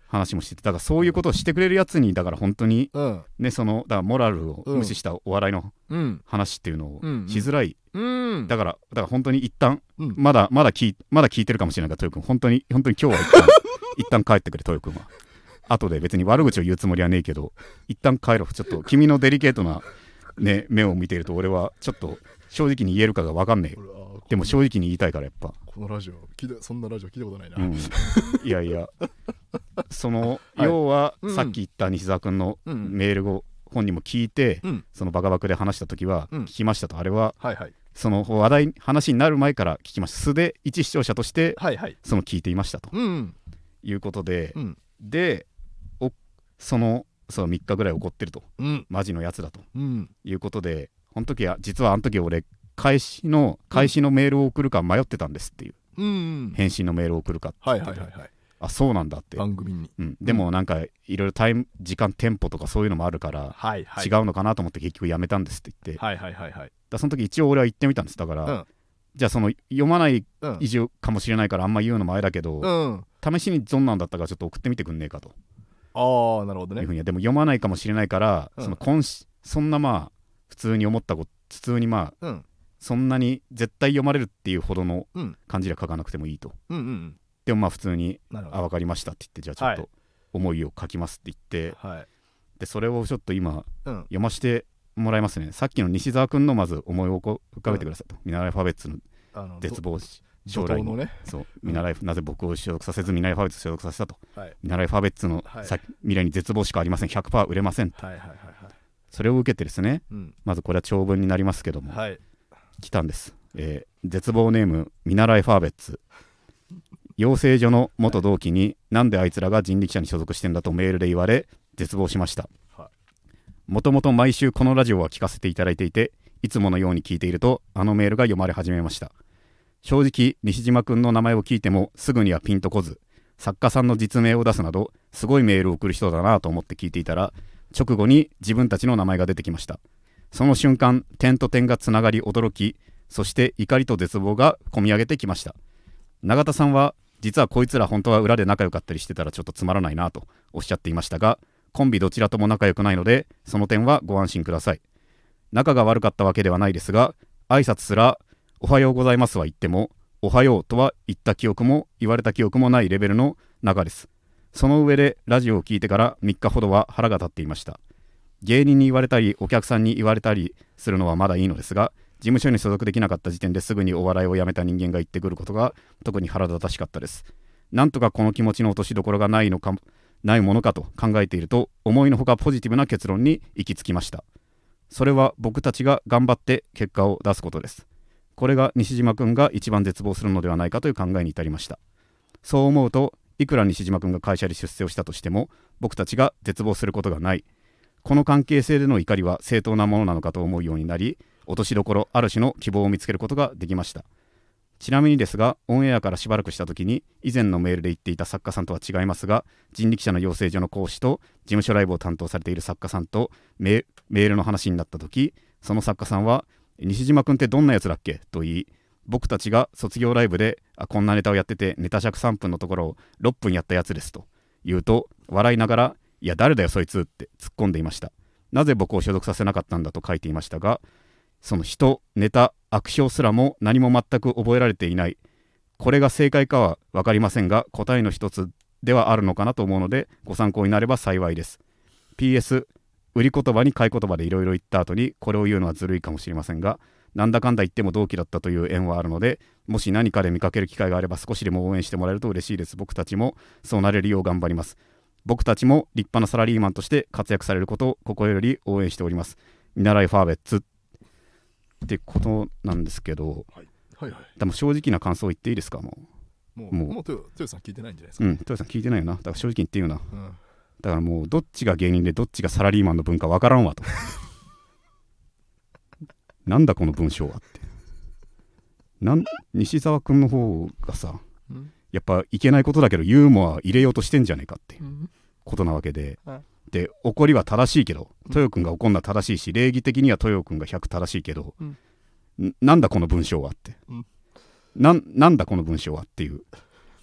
話もしてて、だからそういうことをしてくれるやつにだから本当に、 うんね、そのだからモラルを無視したお笑いのうん話っていうのをうんしづらい、 うんだから本当に一旦、 うんまだ聞いてるかもしれないから豊君本当に今日は一旦帰ってくれ豊君は。後で別に悪口を言うつもりはねえけど一旦帰ろう。ちょっと君のデリケートな、ね、目を見ていると俺はちょっと正直に言えるかが分かんねえよ。でも正直に言いたいからやっぱこのラジオそんなラジオ聞いたことないな、 うん、いやいやその、 はい要は、 うんさっき言った西澤君のうんメールを本人も聞いて、 うんそのバカバクで話した時はうん聞きましたと、あれははいはいその話になる前から聞きました。素で一視聴者としてはいはいその聞いていましたとうんいうことで、 うんでその3日ぐらい怒ってると、 うんマジのやつだとうんいうことで、実はあの時俺返しのメールを送るか迷ってたんですっていう、 うん返信のメールを送るかってはい言ってて、 はいはいはいあそうなんだって、 番組にでもなんかいろいろ時間テンポとかそういうのもあるからはいはい違うのかなと思って結局やめたんですって言って、 はいはいはいはいその時一応俺は言ってみたんです。だから、 うんじゃあその読まないうん以上かもしれないからあんま言うのもあれだけど、 うん試しにどんなんだったかちょっと送ってみてくんねえかとああなるほどねいうふうに。でも読まないかもしれないから、 うんそんなまあ普通に思ったこと普通にまあうんそんなに絶対読まれるっていうほどのうん感じで書かなくてもいいと。 うんうんでもまあ普通になるほど分かりましたって言って、じゃあちょっはと思いを書きますって言って、 はいでそれをちょっと今うん読ませてもらいますね。さっきの西澤君のまず思いを浮かべてくださいと、見習いファベッツの絶望し将来にのねそう見習いなぜ僕を所属させず見習いファベッツを所属させたと、 はい見習いファベッツのはい未来に絶望しかありません、 100% 売れません。 はいはいはいはいそれを受けてですね、 うんまずこれは長文になりますけども、 はい来たんです、絶望ネーム見習いファーベッツ。養成所の元同期になんであいつらが人力車に所属してんだとメールで言われ絶望しました。 はもともと毎週このラジオは聞かせていただいていて、いつものように聞いているとあのメールが読まれ始めました。正直西島くんの名前を聞いてもすぐにはピンとこず、作家さんの実名を出すなどすごいメールを送る人だなと思って聞いていたら、直後に自分たちの名前が出てきました。その瞬間点と点がつながり驚き、そして怒りと絶望がこみ上げてきました。永田さんは実はこいつら本当は裏で仲良かったりしてたらちょっとつまらないなとおっしゃっていましたが、コンビどちらとも仲良くないのでその点はご安心ください。仲が悪かったわけではないですが、挨拶すらおはようございますは言ってもおはようとは言った記憶も言われた記憶もないレベルの仲です。その上でラジオを聞いてから3日ほどは腹が立っていました。芸人に言われたりお客さんに言われたりするのはまだいいのですが、事務所に所属できなかった時点ですぐにお笑いをやめた人間が言ってくることが特に腹立たしかったです。なんとかこの気持ちの落としどころがないものかと考えていると、思いのほかポジティブな結論に行き着きました。それは僕たちが頑張って結果を出すことです。これが西島くんが一番絶望するのではないかという考えに至りました。そう思うと、いくら西島くんが会社で出世をしたとしても僕たちが絶望することがない。この関係性での怒りは正当なものなのかと思うようになり、落としどころある種の希望を見つけることができました。ちなみにですが、オンエアからしばらくした時に以前のメールで言っていた作家さんとは違いますが、人力車の養成所の講師と事務所ライブを担当されている作家さんとメールの話になった時、その作家さんは西島くんってどんなやつだっけと言い、僕たちが卒業ライブでこんなネタをやっててネタ尺3分のところを6分やったやつですと言うと、笑いながらいや誰だよそいつって突っ込んでいました。なぜ僕を所属させなかったんだと書いていましたが、その人、ネタ、悪評すらも何も全く覚えられていない。これが正解かは分かりませんが、答えの一つではあるのかなと思うのでご参考になれば幸いです。 PS、売り言葉に買い言葉でいろいろ言った後にこれを言うのはずるいかもしれませんが、なんだかんだ言っても同期だったという縁はあるので、もし何かで見かける機会があれば少しでも応援してもらえると嬉しいです。僕たちもそうなれるよう頑張ります。僕たちも立派なサラリーマンとして活躍されることを心より応援しております。見習いファーベッツってことなんですけど、 はいはいはい、 でも正直な感想言っていいですか。もう豊さん聞いてないんじゃないですか。 豊さん聞いてないよな。だから正直言っていいよな、 うん、 だからもうどっちが芸人でどっちがサラリーマンの文化わからんわとなんだこの文章はって西澤君の方がさ、やっぱいけないことだけどユーモア入れようとしてんじゃねえかってことなわけで、で怒りは正しいけど、豊君が怒るのは正しいし、礼儀的には豊君が100正しいけど、なんだこの文章はって、なんだこの文章はっていう、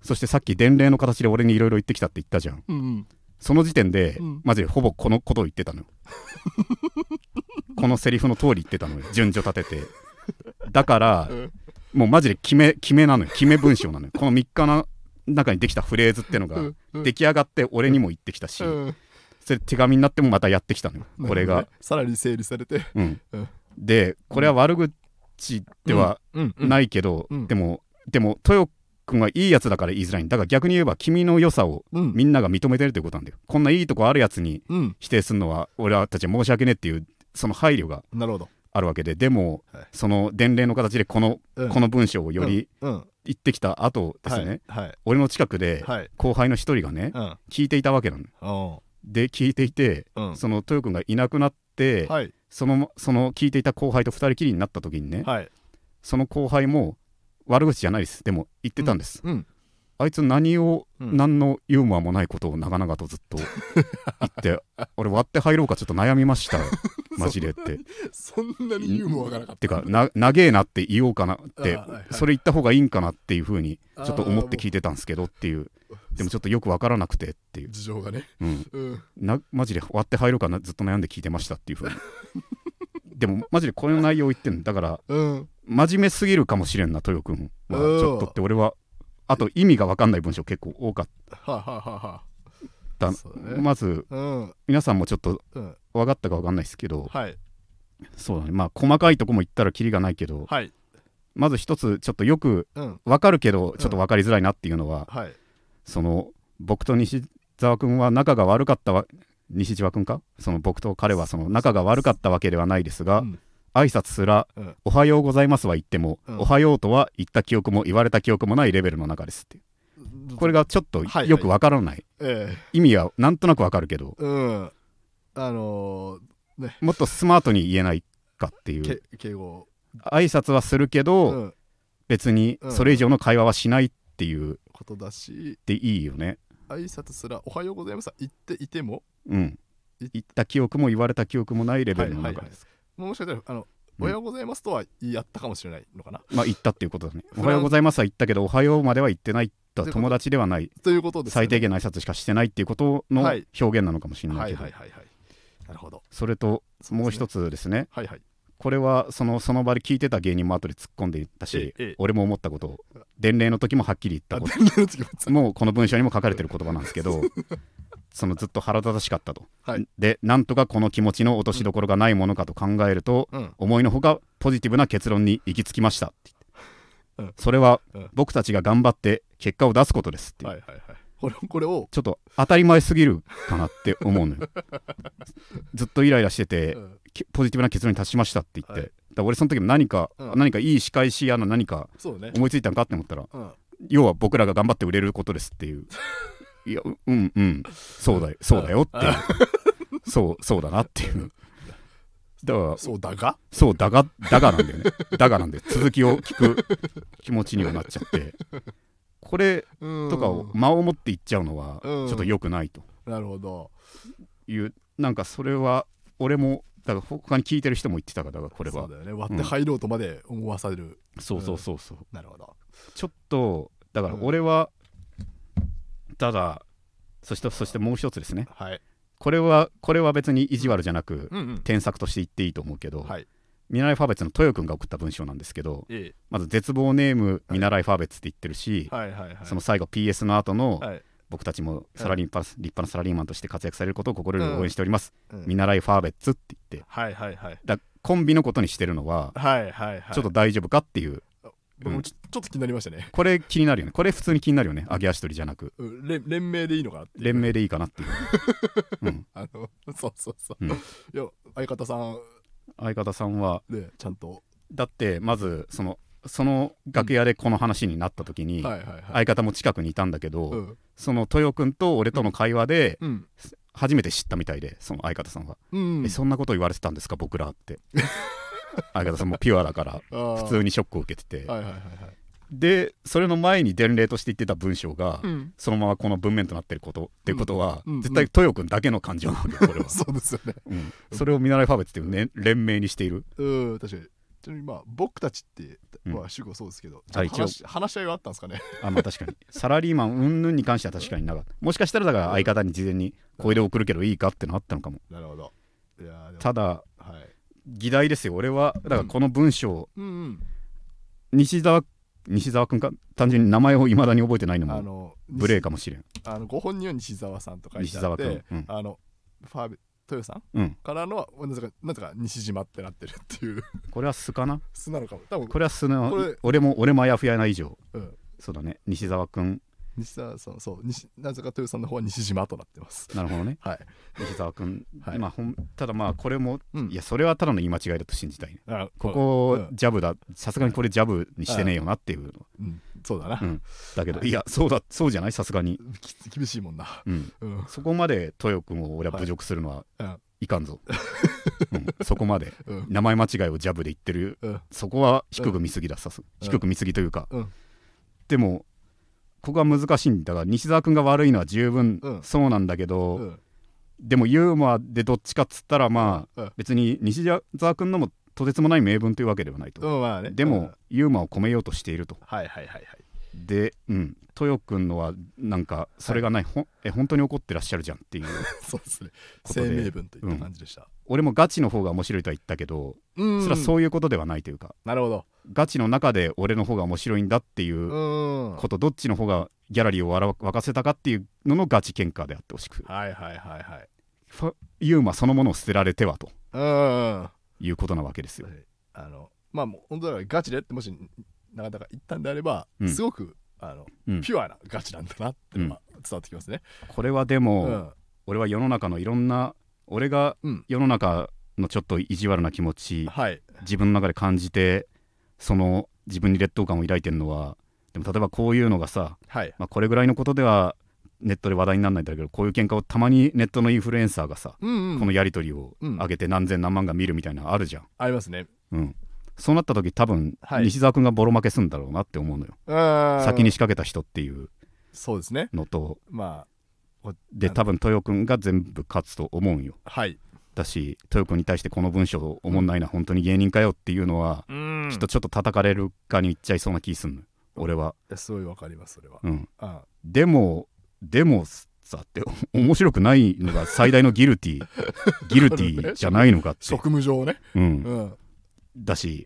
そしてさっき伝令の形で俺にいろいろ言ってきたって言ったじゃん、 うんうん、 その時点で、 うん、 マジでほぼこのことを言ってたのよこのセリフの通り言ってたのよ、順序立てて。だから、 うん、 もうマジで決めなのよ、決め文章なのよ。この3日の中にできたフレーズってのが出来上がって俺にも言ってきたし、 うん、 それ手紙になってもまたやってきたのよ、これが、 ね、さらに整理されて、 うんうん、 でこれは悪口ではないけど、 うん、 でも豊君はいいやつだから言いづらいんだから、逆に言えば君の良さをみんなが認めてるということなんだよ。こんないいとこあるやつに否定するのは俺たちは申し訳ねえっていうその配慮があるわけで、でも、はい、その伝令の形でこの文章をより言ってきた後ですね、はいはい、俺の近くで後輩の一人がね、聞いていたわけなの。で聞いていて、その豊君がいなくなって、はい、その聞いていた後輩と二人きりになった時にね、はい、その後輩も悪口じゃないです、でも言ってたんです、あいつ何のユーモアもないことを長々とずっと言って俺割って入ろうかちょっと悩みましたマジでってそんなにユーモアがなかったってか長えなって言おうかなって、はいはい、それ言った方がいいんかなっていう風にちょっと思って聞いてたんですけどっていう、でもちょっとよく分からなくてっていう事情がね、 マジで割って入ろうかなずっと悩んで聞いてましたっていう風にでもマジでこの内容言ってんだから、真面目すぎるかもしれんな豊君はちょっとって俺は。あと意味が分かんない文章結構多かったね、まず、皆さんもちょっと分かったか分かんないですけど、はい、そうだね、まあ細かいとこも言ったらキリがないけど、はい、まず一つちょっとよく分かるけどちょっと分かりづらいなっていうのは、その僕と西澤君は仲が悪かった西澤君か、その僕と彼はその仲が悪かったわけではないですが、挨拶すら、おはようございますは言っても、おはようとは言った記憶も言われた記憶もないレベルの中ですっていう、これがちょっとよくわからない、意味はなんとなくわかるけど、ね、もっとスマートに言えないかっていう敬語挨拶はするけど、別にそれ以上の会話はしないっていうことだし、 でいいよね。 挨拶すらおはようございますは言っていても、 言った記憶も言われた記憶もないレベルの中です。 もしかしたらおはようございますとはやったかもしれないのかな、 まあ言ったっていうことだね。おはようございますは言ったけどおはようまでは言ってないとは友達ではないということです、ね、 最低限の挨拶しかしてないっていうことの表現なのかもしれないけど、 なるほど。 それともう一つですね、 はいはい、 これはその場で聞いてた芸人も後で突っ込んでいったし、俺も思ったことを伝令の時もはっきり言ったこともうこの文章にも書かれてる言葉なんですけどそのずっと腹立たしかったと、はい、でなんとかこの気持ちの落としどころがないものかと考えると、思いのほかポジティブな結論に行き着きましたって言って、それは僕たちが頑張って結果を出すことですっていう、 これをちょっと当たり前すぎるかなって思うのよずっとイライラしてて、ポジティブな結論に達しましたって言って、だ俺その時も何かいい仕返しや何か思いついたのかって思ったら、要は僕らが頑張って売れることですっていういやそうだよっていうそうだなっていうだからそうだがなんだよねだがなんで続きを聞く気持ちにはなっちゃってこれとかを間を持って言っちゃうのはちょっと良くないと、 なるほどいうなんかそれは俺もだから他に聞いてる人も言ってたから、これはそうだよね、割って入ろうとまで思わされる、 そう、 なるほど。 ちょっとだから俺は、ただそしてもう一つですね、これは別に意地悪じゃなく、添削として言っていいと思うけど、見習いファーベッツの豊君が送った文章なんですけど、まず絶望ネーム見習いファーベッツって言ってるし、その最後 PS の後の、僕たちも立派なサラリーマンとして活躍されることを心より応援しております、見習いファーベッツって言って、だコンビのことにしてるのは、ちょっと大丈夫かっていう、 僕もちょっと気になりましたね。 これ気になるよね。これ普通に気になるよね。揚げ足取りじゃなく、 連名でいいのかなっていう。 連名でいいかなっていうそう、いや相方さんは、ね、ちゃんとだってまずその楽屋でこの話になった時に、相方も近くにいたんだけど、その豊君と俺との会話で、初めて知ったみたいで、その相方さんは、そんなこと言われてたんですか僕らって相方さんもピュアだから普通にショックを受けてて、でそれの前に伝令として言ってた文章が、そのままこの文面となってることってことは、絶対豊君だけの感情なわけこれはそうですよね、 それを見習いファーベッツっていう、連名にしている。 確かに。ちなみに僕たちってまあ主語そうですけど、話し合いはあったんですかね。 まあ確かにサラリーマン云々に関しては確かになかった。もしかしたらだから相方に事前にこれで送るけどいいかってのあったのかも。 なるほど。いやただ、議題ですよ。俺はだからこの文章、西澤君か、単純に名前をいまだに覚えてないのも無礼かもしれん。 ご本人は西澤さんと書いてあって、ファーベ豊さん、からのなぜか西島ってなってるっていう。 これは素かな。 素なのかも。多分これは素の。俺もあやふやな以上、そうだね。西澤君、 西澤さん、なぜか豊さんの方は西島となってます。 なるほどね。 はい。 西澤君、ただまあこれも、いやそれはただの言い間違いだと信じたいね。ここジャブだ、さすがにこれジャブにしてねえよなっていうの。 そうだな。 だけどいやそうじゃない、さすがに厳しいもんな。 そこまで豊君を俺は侮辱するのはいかんぞ。そこまで名前間違いをジャブで言ってる、そこは低く見すぎだ、低く見すぎというか、でもここは難しいんだが、西澤君が悪いのは十分そうなんだけど、でもユーモアでどっちかっつったらまあ別に西澤君のもとてつもない名分というわけではないと。でもユーモアを込めようとしていると。で、豊君のはなんかそれがない、本当に怒ってらっしゃるじゃんっていう。 そうですね。声明文といった感じでした。 俺もガチの方が面白いとは言ったけど、それはそういうことではないというか。 なるほど。 ガチの中で俺の方が面白いんだっていうこと、どっちの方がギャラリーを沸かせたかっていうののガチ喧嘩であってほしく。ユーモアそのものを捨てられてはということなわけですよ。 まあもう本当だからガチでってもしなかなか言ったんであれば、すごくピュアなガチなんだなっていうのが伝わってきますね。 これはでも、俺は世の中のいろんな、俺が世の中のちょっと意地悪な気持ち、自分の中で感じて、その自分に劣等感を抱いてるのは、でも例えばこういうのがさ、これぐらいのことではネットで話題にならないんだけど、こういう喧嘩をたまにネットのインフルエンサーがさ、このやり取りを上げて何千何万が見るみたいなのあるじゃん。 ありますね。 そうなった時多分、西澤君がボロ負けするんだろうなって思うのよ。先に仕掛けた人っていうのと、で多分豊君が全部勝つと思うんよ。だし豊君に対してこの文章おもんないな、本当に芸人かよっていうのは、きっとちょっと叩かれる側に言っちゃいそうな気すんのよ、俺は。 すごいわかります、それは。 でもさって面白くないのが最大のギルティじゃないのかって。 職務上ね。 だし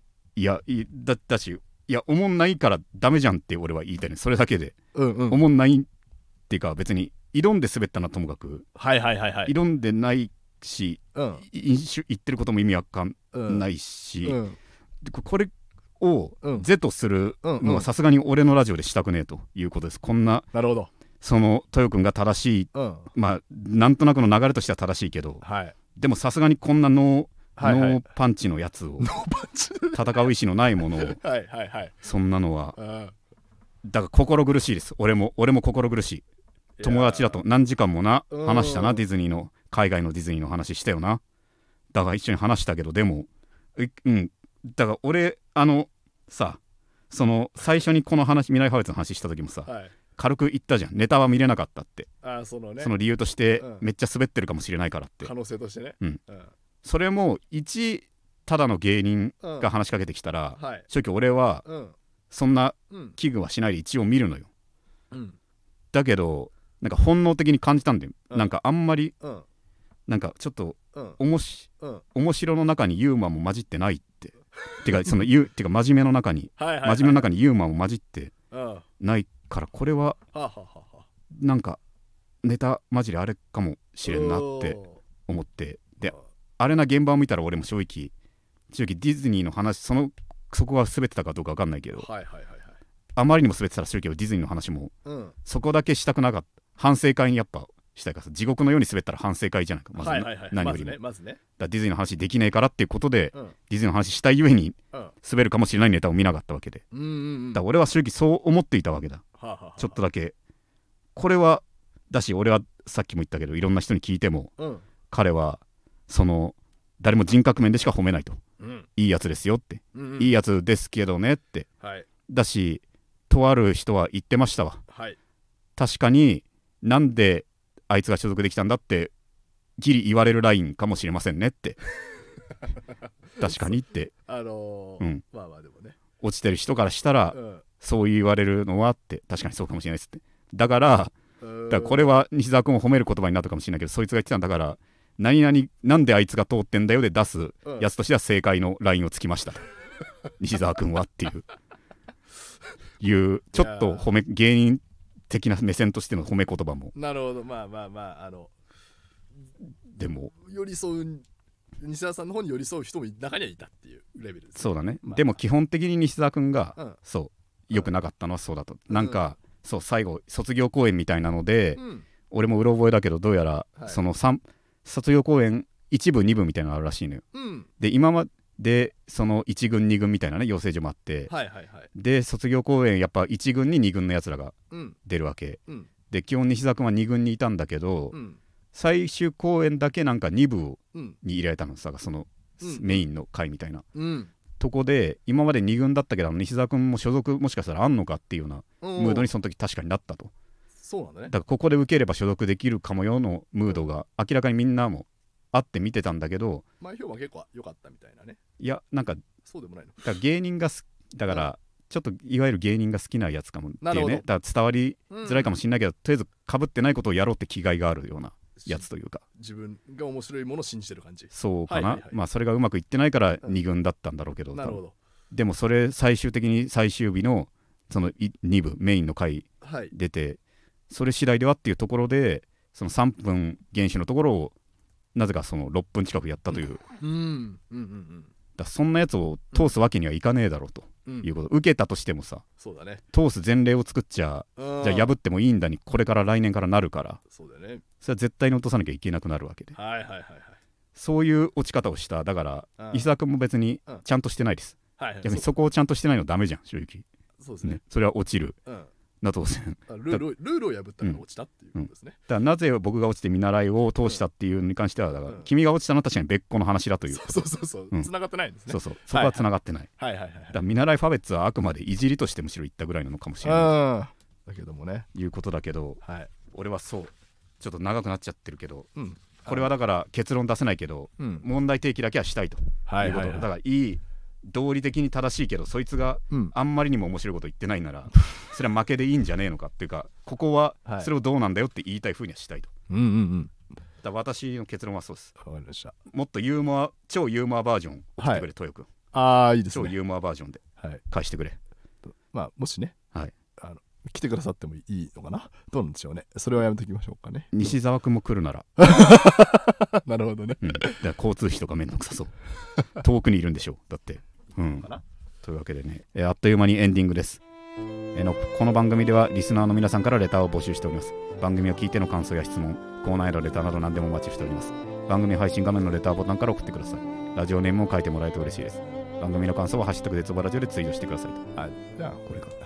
おもんないからダメじゃんって俺は言いたいね、それだけで。おもんないっていうか、別に挑んで滑ったのはともかく、挑んでないし、言ってることも意味わかんないし、これを是とするのはさすがに俺のラジオでしたくねえということです。こんな、 なるほど、 その豊君が正しい、まあなんとなくの流れとしては正しいけど、でもさすがにこんなノーパンチのやつを、戦う意志のないものをそんなのは、だから心苦しいです。俺も心苦しい。友達だと何時間も話したな、ディズニーの、海外のディズニーの話したよな。だから一緒に話したけど、でもだから俺さ、その最初にこの話、未来ハウスの話した時もさ、軽く言ったじゃん、ネタは見れなかったって。その理由として、めっちゃ滑ってるかもしれないからって。 可能性としてね。 それもただの芸人が話しかけてきたら、正直俺はそんな危惧はしないで一応見るのよ。だけどなんか本能的に感じたんだよ。なんかあんまりなんかちょっと面白の中にユーモアも混じってないっててか、そのてか真面目の中にユーモアも混じってないから、これはなんかネタマジであれかもしれんなって思って、であれな現場を見たら俺も正直ディズニーの話、そこが滑ってたかどうか分かんないけど、あまりにも滑ってたら正直ディズニーの話も、そこだけしたくなかった。反省会にやっぱしたいからさ、地獄のように滑ったら反省会じゃないか、まず何よりも。だからディズニーの話できねえからっていうことで、ディズニーの話したいゆえに滑るかもしれないネタを見なかったわけで、だから俺は正直そう思っていたわけだ。ちょっとだけこれはだし、俺はさっきも言ったけど、いろんな人に聞いても、彼はその誰も人格面でしか褒めないと、いいやつですよって、いいやつですけどねって、だしとある人は言ってましたわ、確かになんであいつが所属できたんだってギリ言われるラインかもしれませんねって確かにって、 まあまあでもね、 落ちてる人からしたら、そう言われるのはって確かにそうかもしれないですって。だからこれは西澤君を褒める言葉になったかもしれないけど、そいつが言ってたんだから、何々なんであいつが通ってんだよで出すやつとしては正解のラインをつきました西澤君はっていうちょっと芸人的な目線としての褒め言葉も。 なるほど。 でも寄り添う西澤さんの方に寄り添う人も中にはいたっていうレベルです、ね、 そうだね、でも基本的に西澤君が、そう良くなかったのはそうだと、なんか、そう最後卒業公演みたいなので、俺もうろ覚えだけどどうやら、その卒業公演1部2部みたいなのあるらしいのよ、で今までその1軍2軍みたいなね養成所もあって、で卒業公演やっぱ1軍に2軍のやつらが出るわけ、で基本西澤君は2軍にいたんだけど、最終公演だけなんか2部に入れられたのさ、そのメインの回みたいな、とこで今まで2軍だったけど西澤君も所属もしかしたらあんのかっていうようなムードにその時確かになったと。 そうなんだね。 だからここで受ければ所属できるかもよのムードが明らかにみんなもあって見てたんだけど、 前評判結構良かったみたいなね。 いやなんかそうでもないの。 だから芸人がだからちょっといわゆる芸人が好きなやつかもっていうね、だから伝わりづらいかもしれないけど、とりあえず被ってないことをやろうって気概があるようなやつというか、 自分が面白いものを信じてる感じ。 そうかな、まあそれがうまくいってないから2軍だったんだろうけど、 なるほど。 でもそれ最終的に最終日のその2部メインの回出て、それ次第ではっていうところでその3分原始のところをなぜかその6分近くやったという、だそんなやつを通すわけにはいかねえだろうということ、受けたとしてもさ、 そうだね、 通す前例を作っちゃじゃあ破ってもいいんだにこれから来年からなるから、 そうだね、 それは絶対に落とさなきゃいけなくなるわけで、そういう落ち方をした。だから石澤君も別にちゃんとしてないです、逆にそこをちゃんとしてないのダメじゃん正直。 そうですね、 それは落ちる、な当然ルールを破ったから落ちたっていうことですね。 だからなぜ僕が落ちて見習いを通したっていうのに関してはだから、君が落ちたのは確かに別個の話だという。 そう繋がってないんですね。 そこは繋がってない。だから見習いファベッツはあくまでいじりとしてむしろ言ったぐらいなのかもしれない。 だけどもね。 いうことだけど、俺はそうちょっと長くなっちゃってるけど、これはだから結論出せないけど、問題提起だけはしたいということ。だからいい道理的に正しいけど、そいつがあんまりにも面白いこと言ってないなら、それは負けでいいんじゃねえのかっていうか、ここはそれをどうなんだよって言いたい風にはしたいと。だ私の結論はそうです。 わかりました。 もっと超ユーモアバージョン送ってくれ、豊君。 いいですね。 超ユーモアバージョンで返してくれ。 まあもしね、来てくださってもいいのかな、どうなんでしょうね。それはやめときましょうかね。 西澤君も来るならなるほどね、 だから交通費とかめんどくさそう遠くにいるんでしょうだって、というわけでね、あっという間にエンディングです。この番組ではリスナーの皆さんからレターを募集しております。番組を聞いての感想や質問、コーナーへのレターなど何でもお待ちしております。番組配信画面のレターボタンから送ってください。ラジオネームを書いてもらえると嬉しいです。番組の感想はハッシュタグ絶望ラジオでツイートしてくださいと。 じゃあこれか。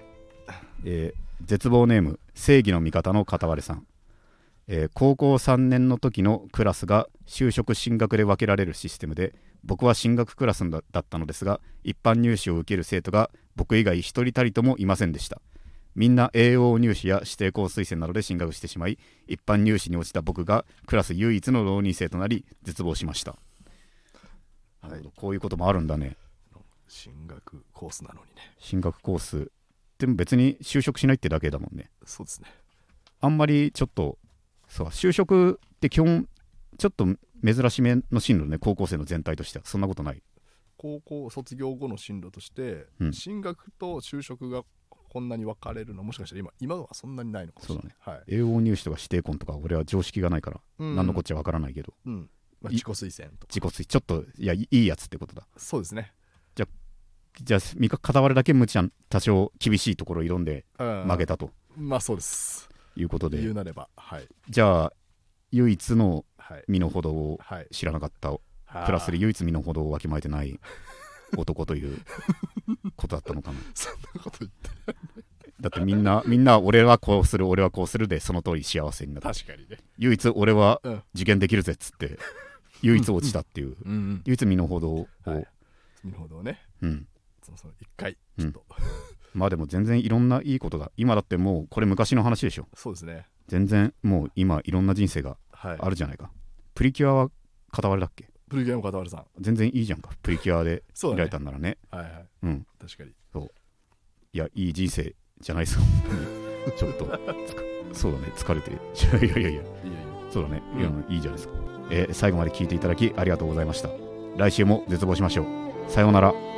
絶望ネーム正義の味方の片割れさん。高校3年の時のクラスが就職進学で分けられるシステムで、僕は進学クラスだったのですが、一般入試を受ける生徒が僕以外一人たりともいませんでした。みんな AO 入試や指定校推薦などで進学してしまい、一般入試に落ちた僕がクラス唯一の浪人生となり絶望しました。こういうこともあるんだね。 進学コースなのにね。 進学コースでも別に就職しないってだけだもんね。 そうですね。 あんまりちょっとそう就職って基本ちょっと珍しめの進路ね、高校生の全体としては。そんなことない。 高校卒業後の進路として、進学と就職がこんなに分かれるのもしかしたら今はそんなにないのかもしれない。 そうだね。栄養入試とか指定校とか俺は常識がないから、何のこっちゃ分からないけど、 自己推薦とか自己推薦ちょっといいやつってことだ。 そうですね。 じゃあ片割れだけむちゃん多少厳しいところを挑んで負けたと。 まあそうですいうことで、 言うなれば、 じゃあ唯一の身の程を知らなかった、クラスで唯一身の程をわきまえてない男ということだったのかな。 そんなこと言ってだってみんな俺はこうする俺はこうするでその通り幸せになった。 確かにね。唯一俺は受験できるぜっつって唯一落ちたっていう唯一身の程を身の程をね、その一回ちょっとまあでも全然いろんないいことが、今だってもうこれ昔の話でしょ。 そうですね。 全然もう今いろんな人生があるじゃないか。プリキュアは片割れだっけ。 プリキュアも片割れさん全然いいじゃんか、プリキュアで開いたんならね。 確か確かに。 そういやいい人生じゃないですかちょっとそうだね疲れていやいやそうだね、いいじゃないですか。最後まで聞いていただきありがとうございました。来週も絶望しましょう。さようなら。